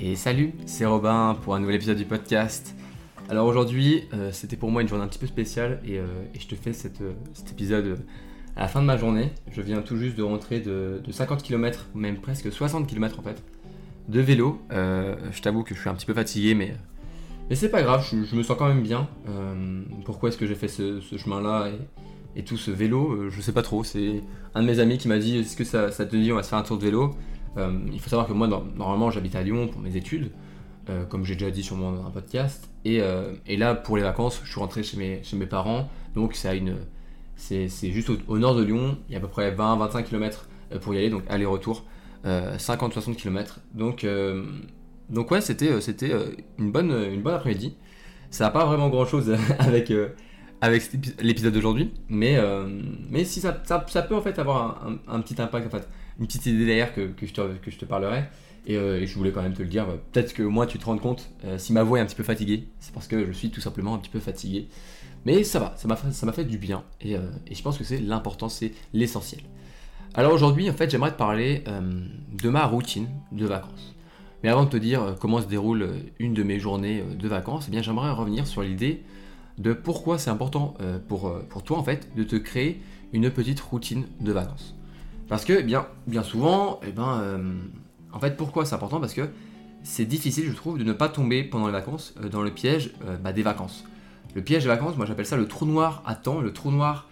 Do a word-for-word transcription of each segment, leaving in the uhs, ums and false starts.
Et salut, c'est Robin pour un nouvel épisode du podcast. Alors aujourd'hui, euh, c'était pour moi une journée un petit peu spéciale et, euh, et je te fais cette, euh, cet épisode euh, à la fin de ma journée. Je viens tout juste de rentrer de, de cinquante kilomètres, même presque soixante kilomètres en fait, de vélo. Euh, je t'avoue que je suis un petit peu fatigué, mais, mais c'est pas grave, je, je me sens quand même bien. Euh, pourquoi est-ce que j'ai fait ce, ce chemin-là et, et tout ce vélo euh, Je sais pas trop, c'est un de mes amis qui m'a dit « Est-ce que ça, ça te dit on va se faire un tour de vélo ?» Euh, il faut savoir que moi, dans, normalement, j'habite à Lyon pour mes études, euh, comme j'ai déjà dit sûrement dans un podcast. Et, euh, et là, pour les vacances, je suis rentré chez mes, chez mes parents. Donc, ça a une, c'est, c'est juste au, au nord de Lyon. Il y a à peu près vingt à vingt-cinq kilomètres pour y aller. Donc, aller-retour, euh, cinquante à soixante kilomètres. Donc, euh, donc ouais, c'était, c'était une, bonne, une bonne après-midi. Ça n'a pas vraiment grand-chose avec, euh, avec l'épisode d'aujourd'hui. Mais, euh, mais si ça, ça, ça peut en fait avoir un, un, un petit impact en fait. Une petite idée derrière que, que, je, te, que je te parlerai et, euh, et je voulais quand même te le dire, peut-être que moi tu te rends compte euh, si ma voix est un petit peu fatiguée, c'est parce que je suis tout simplement un petit peu fatigué, mais ça va, ça m'a fait, ça m'a fait du bien et, euh, et je pense que c'est l'important, c'est l'essentiel. Alors aujourd'hui en fait j'aimerais te parler euh, de ma routine de vacances, mais avant de te dire euh, comment se déroule une de mes journées de vacances, eh bien j'aimerais revenir sur l'idée de pourquoi c'est important euh, pour, pour toi en fait de te créer une petite routine de vacances. Parce que bien, bien souvent, eh ben, euh, en fait, pourquoi c'est important ? Parce que c'est difficile, je trouve, de ne pas tomber pendant les vacances euh, dans le piège euh, bah, des vacances. Le piège des vacances, moi j'appelle ça le trou noir à temps, le trou noir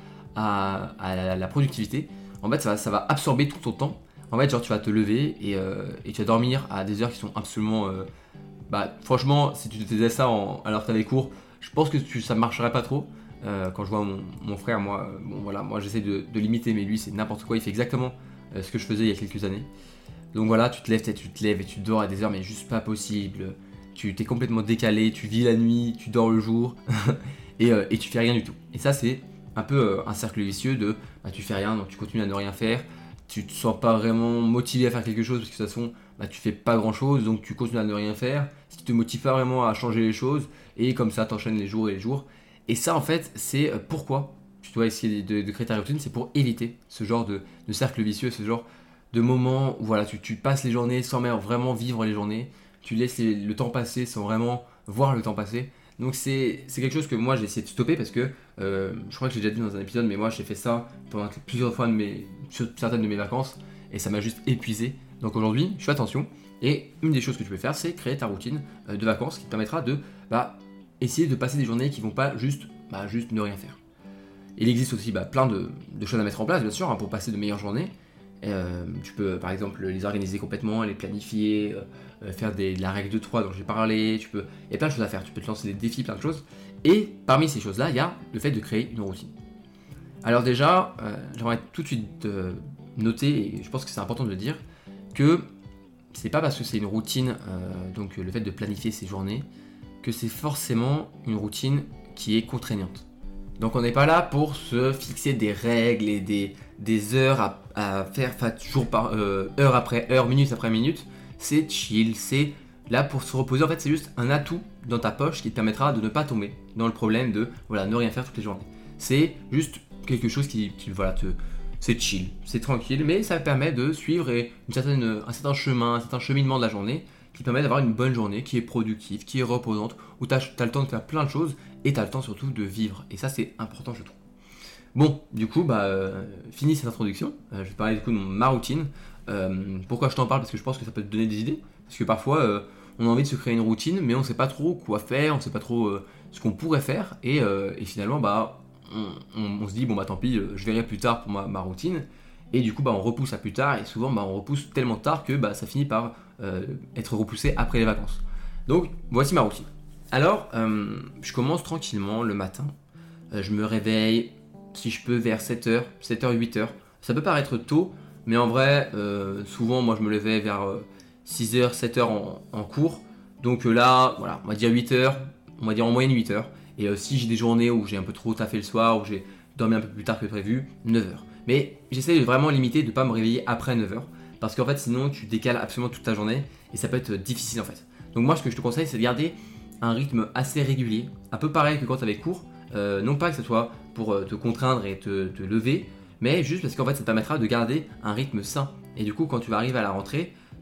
à, à la, la productivité. En fait, ça va, ça va absorber tout ton temps. En fait, genre tu vas te lever et, euh, et tu vas dormir à des heures qui sont absolument... Euh, bah, franchement, si tu te faisais ça en, alors que tu avais cours, je pense que tu, ça ne marcherait pas trop. Euh, quand je vois mon, mon frère, moi, euh, bon voilà, moi j'essaie de, de limiter, mais lui c'est n'importe quoi, il fait exactement euh, ce que je faisais il y a quelques années. Donc voilà, tu te lèves, tu te lèves et tu dors à des heures, mais juste pas possible. Tu t'es complètement décalé, tu vis la nuit, tu dors le jour, et, euh, et tu fais rien du tout. Et ça c'est un peu euh, un cercle vicieux de, bah, tu fais rien, donc tu continues à ne rien faire, tu te sens pas vraiment motivé à faire quelque chose, parce que de toute façon, bah, tu fais pas grand chose, donc tu continues à ne rien faire, ce qui te motive pas vraiment à changer les choses, et comme ça t'enchaînes les jours et les jours. Et ça, en fait, c'est pourquoi tu dois essayer de, de créer ta routine, c'est pour éviter ce genre de, de cercle vicieux, ce genre de moment où voilà, tu, tu passes les journées sans même vraiment vivre les journées, tu laisses les, le temps passer sans vraiment voir le temps passer. Donc c'est, c'est quelque chose que moi j'ai essayé de stopper parce que euh, je crois que j'ai déjà dit dans un épisode, mais moi j'ai fait ça pendant plusieurs fois de mes, sur certaines de mes vacances et ça m'a juste épuisé. Donc aujourd'hui, je fais attention et une des choses que tu peux faire, c'est créer ta routine de vacances qui te permettra de... Bah, essayer de passer des journées qui vont pas juste, bah, juste ne rien faire. Il existe aussi bah, plein de, de choses à mettre en place, bien sûr, hein, pour passer de meilleures journées. Euh, tu peux, par exemple, les organiser complètement, les planifier, euh, faire des, de la règle de trois dont j'ai parlé. Tu peux, il y a plein de choses à faire. Tu peux te lancer des défis, plein de choses. Et parmi ces choses-là, il y a le fait de créer une routine. Alors déjà, euh, j'aimerais tout de suite euh, noter, et je pense que c'est important de le dire, que c'est pas parce que c'est une routine, euh, donc le fait de planifier ses journées, que c'est forcément une routine qui est contraignante. Donc on n'est pas là pour se fixer des règles et des, des heures à, à faire jour par euh, heure après heure, minute après minute. C'est chill, c'est là pour se reposer. En fait, c'est juste un atout dans ta poche qui te permettra de ne pas tomber dans le problème de voilà, ne rien faire toutes les journées. C'est juste quelque chose qui, qui voilà, te, c'est chill, c'est tranquille, mais ça permet de suivre une certaine, un certain chemin, un certain cheminement de la journée qui permet d'avoir une bonne journée, qui est productive, qui est reposante, où tu as le temps de faire plein de choses et tu as le temps surtout de vivre. Et ça, c'est important, je trouve. Bon, du coup, bah, euh, fini cette introduction. Euh, je vais parler du coup de ma routine. Euh, pourquoi je t'en parle ? Parce que je pense que ça peut te donner des idées. Parce que parfois, euh, on a envie de se créer une routine, mais on ne sait pas trop quoi faire, on ne sait pas trop euh, ce qu'on pourrait faire. Et, euh, et finalement, bah, on, on, on se dit, bon, bah tant pis, je verrai plus tard pour ma, ma routine. Et du coup, bah, on repousse à plus tard. Et souvent, bah, on repousse tellement tard que bah, ça finit par euh, être repoussé après les vacances. Donc, voici ma routine. Alors, euh, je commence tranquillement le matin. Euh, je me réveille, si je peux, vers sept heures, sept heures, huit heures. Ça peut paraître tôt, mais en vrai, euh, souvent, moi, je me levais vers euh, six heures, sept heures en, en cours. Donc euh, là, voilà, on va dire huit heures, on va dire en moyenne huit heures. Et euh, si j'ai des journées où j'ai un peu trop taffé le soir, où j'ai dormi un peu plus tard que prévu, neuf heures. Mais j'essaie de vraiment limiter de ne pas me réveiller après neuf heures. Parce qu'en fait, sinon, tu décales absolument toute ta journée et ça peut être difficile en fait. Donc moi, ce que je te conseille, c'est de garder un rythme assez régulier, un peu pareil que quand tu avais cours. Euh, non pas que ce soit pour euh, te contraindre et te, te lever, mais juste parce qu'en fait, ça te permettra de garder un rythme sain. Et du coup, quand tu vas arriver à la rentrée,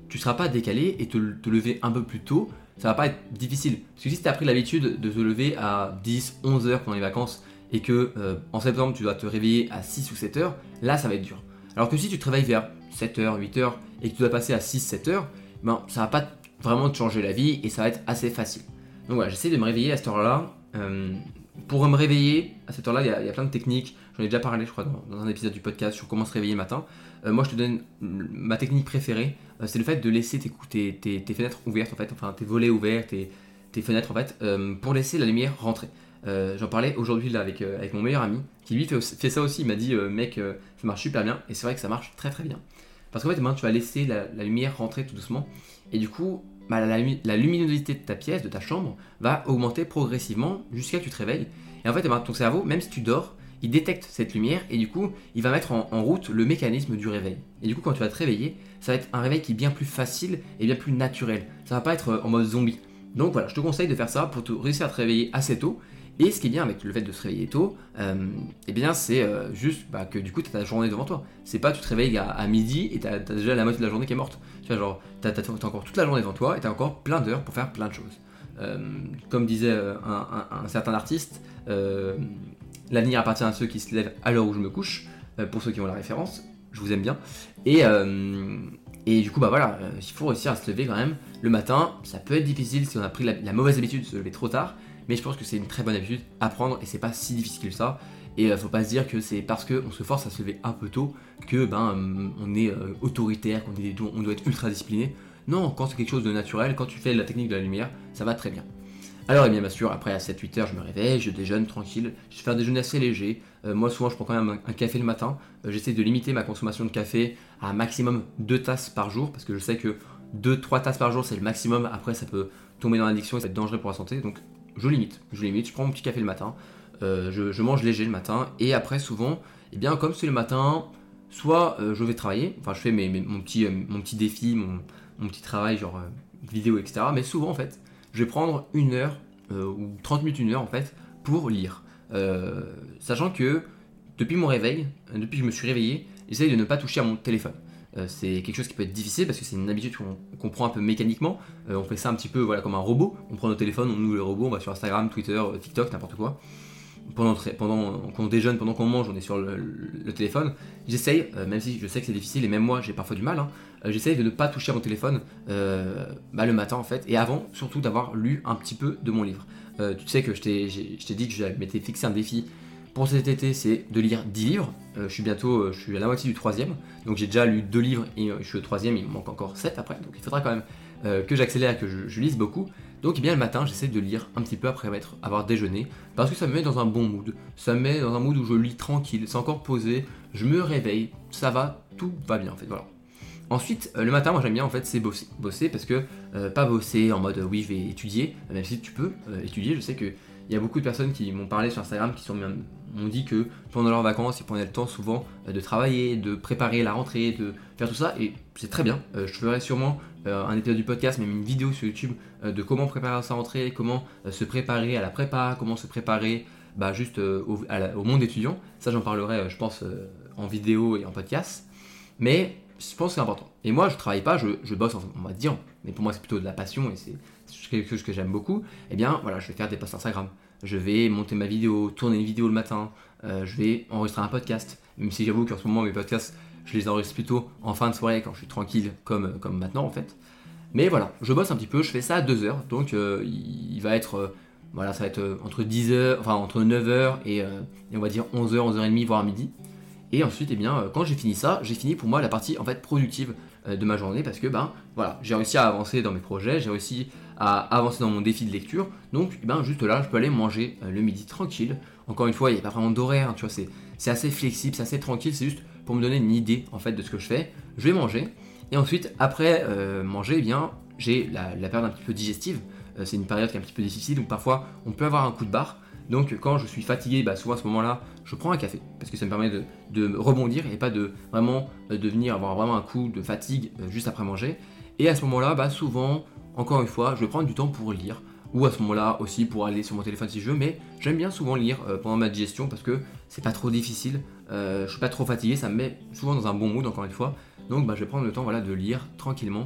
tu ne seras pas décalé et te, te lever un peu plus tôt, ça va pas être difficile. Parce que si tu as pris l'habitude de te lever à dix, onze heures pendant les vacances et que euh, en septembre tu dois te réveiller à six ou sept heures, là ça va être dur. Alors que si tu te réveilles vers sept heures, huit heures et que tu dois passer à six, sept heures, ben, ça va pas vraiment te changer la vie et ça va être assez facile. Donc voilà, j'essaie de me réveiller à cette heure-là. Euh, pour me réveiller à cette heure-là, il y, y a plein de techniques. J'en ai déjà parlé, je crois, dans, dans un épisode du podcast sur comment se réveiller le matin. Euh, moi, je te donne ma technique préférée. Euh, c'est le fait de laisser tes, tes, tes, tes fenêtres ouvertes, en fait, enfin tes volets ouverts, tes, tes fenêtres, en fait, euh, pour laisser la lumière rentrer. Euh, j'en parlais aujourd'hui là avec, euh, avec mon meilleur ami qui lui fait, fait ça aussi. Il m'a dit euh, mec, euh, ça marche super bien. Et c'est vrai que ça marche très très bien. Parce qu'en fait, ben, tu vas laisser la, la lumière rentrer tout doucement. Et du coup, bah, la, la luminosité de ta pièce, de ta chambre, va augmenter progressivement jusqu'à ce que tu te réveilles. Et en fait, ben, ton cerveau, même si tu dors, il détecte cette lumière et du coup, il va mettre en, en route le mécanisme du réveil. Et du coup, quand tu vas te réveiller, ça va être un réveil qui est bien plus facile et bien plus naturel. Ça va pas être en mode zombie. Donc voilà, je te conseille de faire ça pour te réussir à te réveiller assez tôt. Et ce qui est bien avec le fait de se réveiller tôt, euh, eh bien c'est euh, juste bah, que du coup tu as ta journée devant toi. C'est pas tu te réveilles à, à midi et tu as déjà la moitié de la journée qui est morte. Tu vois, genre, tu as encore toute la journée devant toi et tu as encore plein d'heures pour faire plein de choses. Euh, comme disait euh, un, un, un certain artiste, euh, l'avenir appartient à ceux qui se lèvent à l'heure où je me couche, euh, pour ceux qui ont la référence, je vous aime bien. Et, euh, et du coup, bah voilà, euh, il faut réussir à se lever quand même. Le matin, ça peut être difficile si on a pris la, la mauvaise habitude de se lever trop tard. Mais je pense que c'est une très bonne habitude à prendre et c'est pas si difficile que ça. Et euh, faut pas se dire que c'est parce qu'on se force à se lever un peu tôt que ben euh, on est euh, autoritaire, qu'on est, on doit être ultra discipliné. Non, quand c'est quelque chose de naturel, quand tu fais la technique de la lumière, ça va très bien. Alors et bien, bien sûr, après à sept huit heures, je me réveille, je déjeune tranquille, je fais un déjeuner assez léger. Euh, moi souvent je prends quand même un, un café le matin. Euh, j'essaie de limiter ma consommation de café à un maximum deux tasses par jour parce que je sais que deux trois tasses par jour c'est le maximum. Après ça peut tomber dans l'addiction et ça peut être dangereux pour la santé. Donc je limite, je limite, je prends mon petit café le matin, euh, je, je mange léger le matin, et après souvent, eh bien comme c'est le matin, soit euh, je vais travailler, enfin je fais mes, mes, mon, petit, euh, mon petit défi, mon, mon petit travail genre euh, vidéo, et cetera. Mais souvent en fait, je vais prendre une heure, euh, ou trente minutes, une heure en fait, pour lire. Euh, sachant que depuis mon réveil, euh, depuis que je me suis réveillé, j'essaye de ne pas toucher à mon téléphone. Euh, c'est quelque chose qui peut être difficile parce que c'est une habitude qu'on, qu'on prend un peu mécaniquement. Euh, on fait ça un petit peu voilà, comme un robot. On prend nos téléphones, on ouvre le robot, on va sur Instagram, Twitter, TikTok, n'importe quoi. Pendant, pendant qu'on déjeune, pendant qu'on mange, on est sur le, le, le téléphone. J'essaye, euh, même si je sais que c'est difficile et même moi j'ai parfois du mal, hein, euh, j'essaye de ne pas toucher à mon téléphone euh, bah, le matin en fait. Et avant, surtout d'avoir lu un petit peu de mon livre. Euh, tu sais que je t'ai, je t'ai dit que je m'étais fixé un défi pour cet été, c'est de lire dix livres. Euh, je suis bientôt, euh, je suis à la moitié du troisième. Donc j'ai déjà lu deux livres et euh, je suis au troisième, il me manque encore sept après. Donc il faudra quand même euh, que j'accélère, que je, je lise beaucoup. Donc eh bien le matin, j'essaie de lire un petit peu après m'être, avoir déjeuné. Parce que ça me met dans un bon mood. Ça me met dans un mood où je lis tranquille, c'est encore posé. Je me réveille, ça va, tout va bien en fait, voilà. Ensuite, euh, le matin, moi j'aime bien en fait, c'est bosser. Bosser parce que, euh, pas bosser en mode euh, oui je vais étudier, même si tu peux euh, étudier, je sais que il y a beaucoup de personnes qui m'ont parlé sur Instagram qui sont, m'ont dit que pendant leurs vacances, ils prenaient le temps souvent de travailler, de préparer la rentrée, de faire tout ça, et c'est très bien. Euh, je ferai sûrement euh, un épisode du podcast, même une vidéo sur YouTube euh, de comment préparer sa rentrée, comment euh, se préparer à la prépa, comment se préparer bah, juste euh, au, à la, au monde étudiant. Ça, j'en parlerai, euh, je pense, euh, en vidéo et en podcast. Mais je pense que c'est important. Et moi, je travaille pas, je, je bosse, on va dire, mais pour moi, c'est plutôt de la passion et c'est quelque chose que j'aime beaucoup. Eh bien, voilà, je vais faire des posts Instagram. Je vais monter ma vidéo, tourner une vidéo le matin. Euh, je vais enregistrer un podcast. Même si j'avoue qu'en ce moment, mes podcasts, je les enregistre plutôt en fin de soirée quand je suis tranquille, comme, comme maintenant en fait. Mais voilà, je bosse un petit peu, je fais ça à deux heures. Donc, euh, il va être, euh, voilà, ça va être euh, entre dix heures, enfin entre neuf heures et, euh, et on va dire onze heures, onze heures trente, voire midi. Et ensuite, eh bien, quand j'ai fini ça, j'ai fini pour moi la partie en fait productive de ma journée parce que ben voilà, j'ai réussi à avancer dans mes projets, j'ai réussi à avancer dans mon défi de lecture. Donc, eh ben, juste là, je peux aller manger le midi tranquille. Encore une fois, il n'y a pas vraiment d'horaire, hein, tu vois, c'est, c'est assez flexible, c'est assez tranquille, c'est juste pour me donner une idée en fait de ce que je fais. Je vais manger et ensuite, après euh, manger, eh bien, j'ai la, la période un petit peu digestive. Euh, c'est une période qui est un petit peu difficile, donc parfois on peut avoir un coup de barre. Donc quand je suis fatigué, bah souvent à ce moment-là, je prends un café parce que ça me permet de, de rebondir et pas de vraiment euh, de venir avoir vraiment un coup de fatigue euh, juste après manger. Et à ce moment-là, bah souvent, encore une fois, je vais prendre du temps pour lire ou à ce moment-là aussi pour aller sur mon téléphone si je veux. Mais j'aime bien souvent lire euh, pendant ma digestion parce que c'est pas trop difficile, euh, je suis pas trop fatigué, ça me met souvent dans un bon mood encore une fois. Donc bah, je vais prendre le temps voilà, de lire tranquillement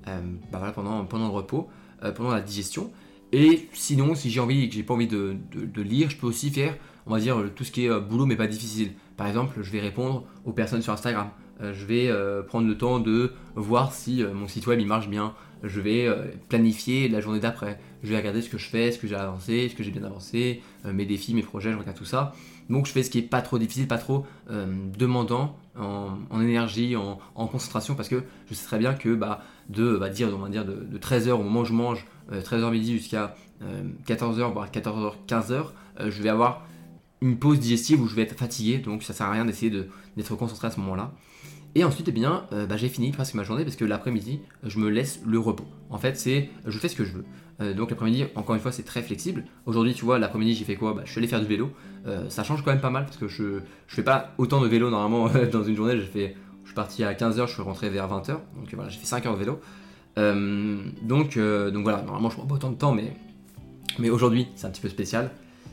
euh, bah voilà, pendant, pendant le repos, euh, pendant la digestion. Et sinon, si j'ai envie et que j'ai pas envie de, de, de lire, je peux aussi faire, on va dire, tout ce qui est euh, boulot mais pas difficile. Par exemple, je vais répondre aux personnes sur Instagram. Euh, je vais euh, prendre le temps de voir si euh, mon site web il marche bien. Je vais euh, planifier la journée d'après. Je vais regarder ce que je fais, ce que j'ai avancé, ce que j'ai bien avancé, euh, mes défis, mes projets, je regarde tout ça. Donc je fais ce qui est pas trop difficile, pas trop euh, demandant en, en énergie, en, en concentration, parce que je sais très bien que bah, de, bah, dire, on va dire de, de treize heures au moment où je mange, euh, treize heures midi jusqu'à euh, quatorze heures, voire quatorze heures, quinze heures, euh, je vais avoir une pause digestive où je vais être fatigué, donc ça sert à rien d'essayer de, d'être concentré à ce moment-là. Et ensuite, eh bien, euh, bah, j'ai fini presque ma journée parce que l'après-midi, je me laisse le repos. En fait, c'est, je fais ce que je veux. Euh, donc l'après-midi, encore une fois, c'est très flexible. Aujourd'hui, tu vois, l'après-midi, j'ai fait quoi bah, je suis allé faire du vélo. Euh, ça change quand même pas mal parce que je je fais pas autant de vélo normalement dans une journée. J'ai fait, je suis parti à quinze heures, je suis rentré vers vingt heures. Donc voilà, j'ai fait cinq heures de vélo. Euh, donc, euh, donc voilà, normalement, je prends pas autant de temps, mais, mais aujourd'hui, c'est un petit peu spécial.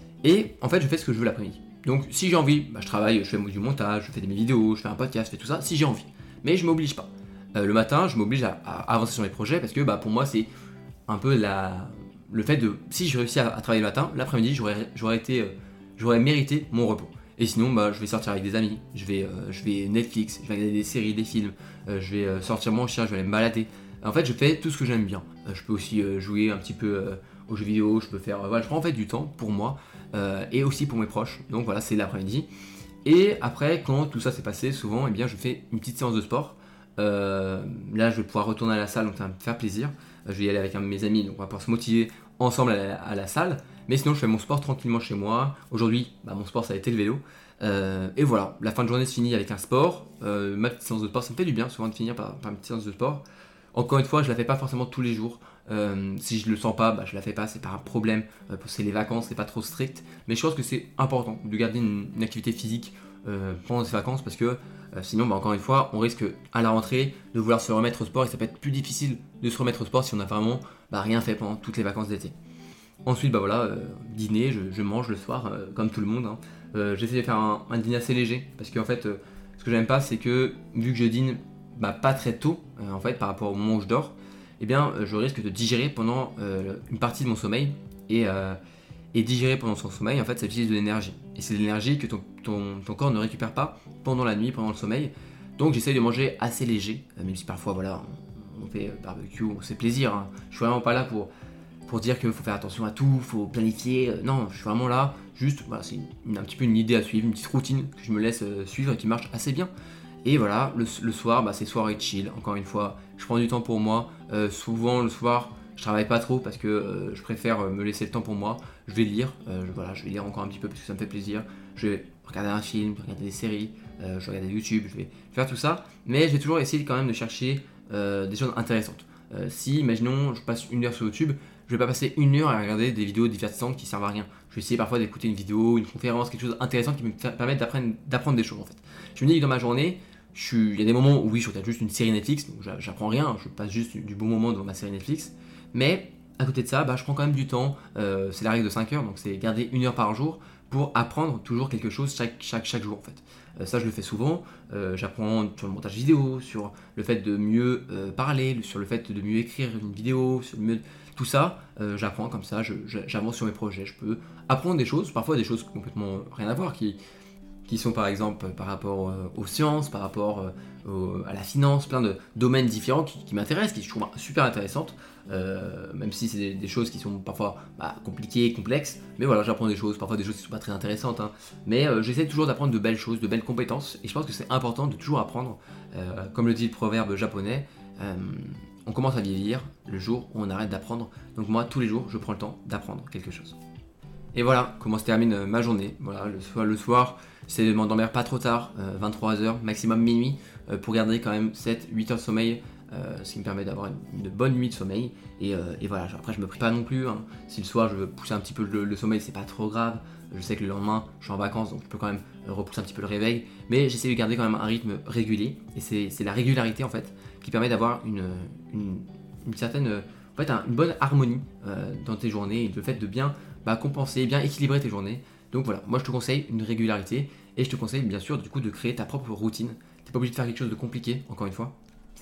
Et en fait, je fais ce que je veux l'après-midi. Donc si j'ai envie, bah, je travaille, je fais du montage, je fais des vidéos, je fais un podcast, je fais tout ça, si j'ai envie. Mais je m'oblige pas. Euh, le matin, je m'oblige à, à avancer sur mes projets parce que bah, pour moi, c'est un peu la, le fait de... Si je réussis à, à travailler le matin, l'après-midi, j'aurais, j'aurais, été, euh, j'aurais mérité mon repos. Et sinon, bah, je vais sortir avec des amis, je vais, euh, je vais Netflix, je vais regarder des séries, des films, euh, je vais euh, sortir mon chien, je vais aller me balader. En fait, je fais tout ce que j'aime bien. Euh, je peux aussi euh, jouer un petit peu euh, aux jeux vidéo, je peux faire... Euh, voilà, je prends en fait du temps pour moi. Euh, et aussi pour mes proches. Donc voilà, c'est l'après-midi. Et après, quand tout ça s'est passé, souvent, eh bien, je fais une petite séance de sport. Euh, là, je vais pouvoir retourner à la salle, donc ça va me faire plaisir. Euh, je vais y aller avec un de mes amis, donc on va pouvoir se motiver ensemble à la, à la salle. Mais sinon, je fais mon sport tranquillement chez moi. Aujourd'hui, bah, mon sport, ça a été le vélo. Euh, et voilà, la fin de journée se finit avec un sport. Euh, ma petite séance de sport, ça me fait du bien souvent de finir par, par une petite séance de sport. Encore une fois, je la fais pas forcément tous les jours. Euh, si je le sens pas, bah, je la fais pas, c'est pas un problème. Euh, c'est les vacances, c'est pas trop strict. Mais je pense que c'est important de garder une, une activité physique euh, pendant ces vacances parce que euh, sinon, bah, encore une fois, on risque à la rentrée de vouloir se remettre au sport et ça peut être plus difficile de se remettre au sport si on n'a vraiment bah, rien fait pendant toutes les vacances d'été. Ensuite, bah voilà, euh, dîner, je, je mange le soir euh, comme tout le monde. Hein. Euh, j'essaie de faire un, un dîner assez léger parce qu'en fait, euh, ce que j'aime pas, c'est que vu que je dîne bah, pas très tôt, euh, en fait, par rapport au moment où je dors, eh bien, euh, je risque de digérer pendant euh, une partie de mon sommeil. Et, euh, et digérer pendant son sommeil, en fait, ça utilise de l'énergie. Et c'est de l'énergie que ton, ton, ton corps ne récupère pas pendant la nuit, pendant le sommeil. Donc, j'essaye de manger assez léger, euh, même si parfois, voilà, on, on fait euh, barbecue, on se fait plaisir. Hein. Je suis vraiment pas là pour, pour dire qu'il faut faire attention à tout, faut planifier. Euh, non, je suis vraiment là, juste, voilà, c'est une, un petit peu une idée à suivre, une petite routine que je me laisse euh, suivre et qui marche assez bien. Et voilà, le, le soir, bah, c'est soirée chill. Encore une fois, je prends du temps pour moi. Euh, souvent, le soir, je travaille pas trop parce que euh, je préfère me laisser le temps pour moi. Je vais lire, euh, je, voilà, je vais lire encore un petit peu parce que ça me fait plaisir. Je vais regarder un film, regarder des séries, euh, je vais regarder YouTube, je vais faire tout ça. Mais je vais toujours essayer quand même de chercher euh, des choses intéressantes. Euh, si, imaginons, je passe une heure sur YouTube, je vais pas passer une heure à regarder des vidéos divertissantes qui servent à rien. Je vais essayer parfois d'écouter une vidéo, une conférence, quelque chose d'intéressant qui me permette d'apprendre, d'apprendre des choses en fait. Je me dis que dans ma journée, il y a des moments où oui, je regarde juste une série Netflix, donc j'apprends rien, je passe juste du bon moment devant ma série Netflix. Mais à côté de ça, bah, je prends quand même du temps, euh, c'est la règle de cinq heures, donc c'est garder une heure par jour pour apprendre toujours quelque chose chaque, chaque, chaque jour en fait. Euh, ça je le fais souvent, euh, j'apprends sur le montage vidéo, sur le fait de mieux euh, parler, sur le fait de mieux écrire une vidéo, sur le mieux... tout ça, euh, j'apprends comme ça, je, je, j'avance sur mes projets, je peux apprendre des choses, parfois des choses complètement rien à voir qui... qui sont par exemple par rapport euh, aux sciences, par rapport euh, au, à la finance, plein de domaines différents qui, qui m'intéressent, qui je trouve super intéressantes, euh, même si c'est des, des choses qui sont parfois bah, compliquées, complexes, mais voilà, j'apprends des choses, parfois des choses qui sont pas très intéressantes, hein, mais euh, j'essaie toujours d'apprendre de belles choses, de belles compétences, et je pense que c'est important de toujours apprendre, euh, comme le dit le proverbe japonais, euh, on commence à vieillir le jour où on arrête d'apprendre, donc moi tous les jours je prends le temps d'apprendre quelque chose. Et voilà comment se termine ma journée. Voilà, le soir, le soir c'est de m'endormir pas trop tard, euh, vingt-trois heures, maximum minuit, euh, pour garder quand même sept huit heures de sommeil, euh, ce qui me permet d'avoir une, une bonne nuit de sommeil. Et, euh, et voilà, après je me prie pas non plus. Hein. Si le soir je veux pousser un petit peu le, le sommeil, c'est pas trop grave. Je sais que le lendemain je suis en vacances, donc je peux quand même repousser un petit peu le réveil. Mais j'essaie de garder quand même un rythme régulier. Et c'est, c'est la régularité en fait qui permet d'avoir une, une, une certaine, en fait, un, une bonne harmonie euh, dans tes journées et le fait de bien bah, compenser, bien équilibrer tes journées. Donc voilà, moi je te conseille une régularité et je te conseille bien sûr du coup de créer ta propre routine. T'es pas obligé de faire quelque chose de compliqué, encore une fois.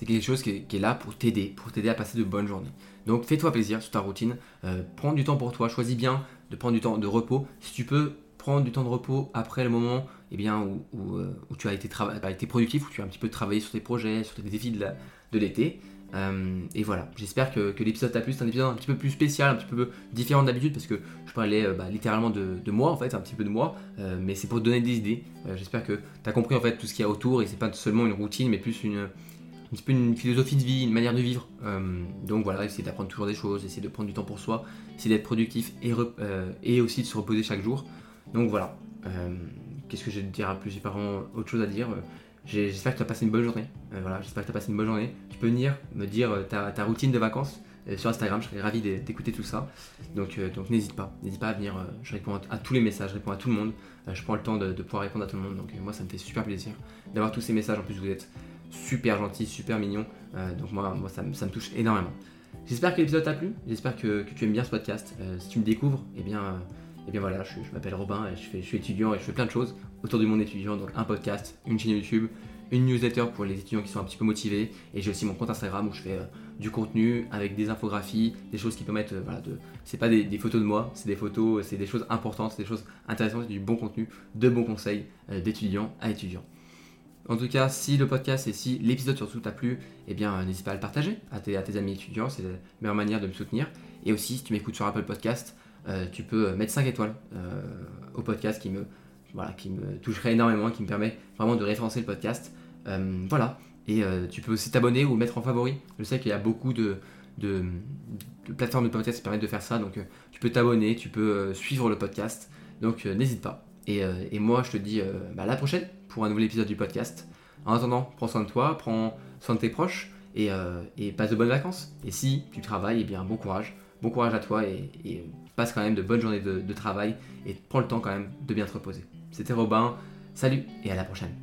c'est quelque chose qui est, qui est là pour t'aider, pour t'aider à passer de bonnes journées. Donc fais-toi plaisir sur ta routine, euh, prends du temps pour toi, choisis bien de prendre du temps de repos. Si tu peux prendre du temps de repos après le moment eh bien, où, où, euh, où tu as été, trava- bah, été productif, où tu as un petit peu travaillé sur tes projets, sur tes défis de, la- de l'été. Euh, et voilà, j'espère que, que l'épisode t'a plu. C'est un épisode un petit peu plus spécial, un petit peu différent d'habitude parce que je parlais euh, bah, littéralement de, de moi en fait, un petit peu de moi, euh, mais c'est pour te donner des idées. Euh, j'espère que tu as compris en fait tout ce qu'il y a autour et c'est pas seulement une routine mais plus une, un petit peu une philosophie de vie, une manière de vivre. Euh, donc voilà, essayer d'apprendre toujours des choses, essayer de prendre du temps pour soi, essayer d'être productif et, re- euh, et aussi de se reposer chaque jour. Donc voilà, euh, qu'est-ce que j'ai à te dire plus? J'ai pas vraiment autre chose à dire. J'ai- J'espère que tu as passé une bonne journée. Euh, voilà, j'espère que tu as passé une bonne journée. Tu peux venir me dire euh, ta, ta routine de vacances euh, sur Instagram. Je serais ravi d'é- d'écouter tout ça. Donc, euh, donc n'hésite pas, n'hésite pas à venir. euh, je réponds à, à tous les messages, je réponds à tout le monde. Euh, je prends le temps de, de pouvoir répondre à tout le monde. Donc euh, moi, ça me fait super plaisir d'avoir tous ces messages. En plus, vous êtes super gentils, super mignons. Euh, donc moi, moi ça, me- ça me touche énormément. J'espère que l'épisode t'a plu. J'espère que, que tu aimes bien ce podcast. Euh, si tu me découvres, eh bien, euh, eh bien voilà, je, je m'appelle Robin et je, fais, je suis étudiant et je fais plein de choses autour du monde étudiant. Donc un podcast, une chaîne YouTube, une newsletter pour les étudiants qui sont un petit peu motivés, et j'ai aussi mon compte Instagram où je fais euh, du contenu avec des infographies, des choses qui permettent, euh, voilà, de, c'est pas des, des photos de moi, c'est des photos, c'est des choses importantes, c'est des choses intéressantes, c'est du bon contenu, de bons conseils euh, d'étudiant à étudiant. En tout cas, si le podcast et si l'épisode surtout t'a plu, eh bien euh, n'hésite pas à le partager à tes, à tes amis étudiants, c'est la meilleure manière de me soutenir. Et aussi, si tu m'écoutes sur Apple Podcast, euh, tu peux mettre cinq étoiles euh, au podcast qui me, voilà, qui me toucherait énormément, qui me permet vraiment de référencer le podcast. Euh, voilà, et euh, tu peux aussi t'abonner ou mettre en favori. Je sais qu'il y a beaucoup de, de, de plateformes de podcast qui permettent de faire ça, donc euh, tu peux t'abonner, tu peux euh, suivre le podcast, donc euh, n'hésite pas. Et, euh, et moi je te dis euh, bah, à la prochaine pour un nouvel épisode du podcast. En attendant, prends soin de toi, prends soin de tes proches et, euh, et passe de bonnes vacances. Et si tu travailles, eh bien bon courage, bon courage à toi et, et passe quand même de bonnes journées de, de travail et prends le temps quand même de bien te reposer. C'était Robin, salut et à la prochaine.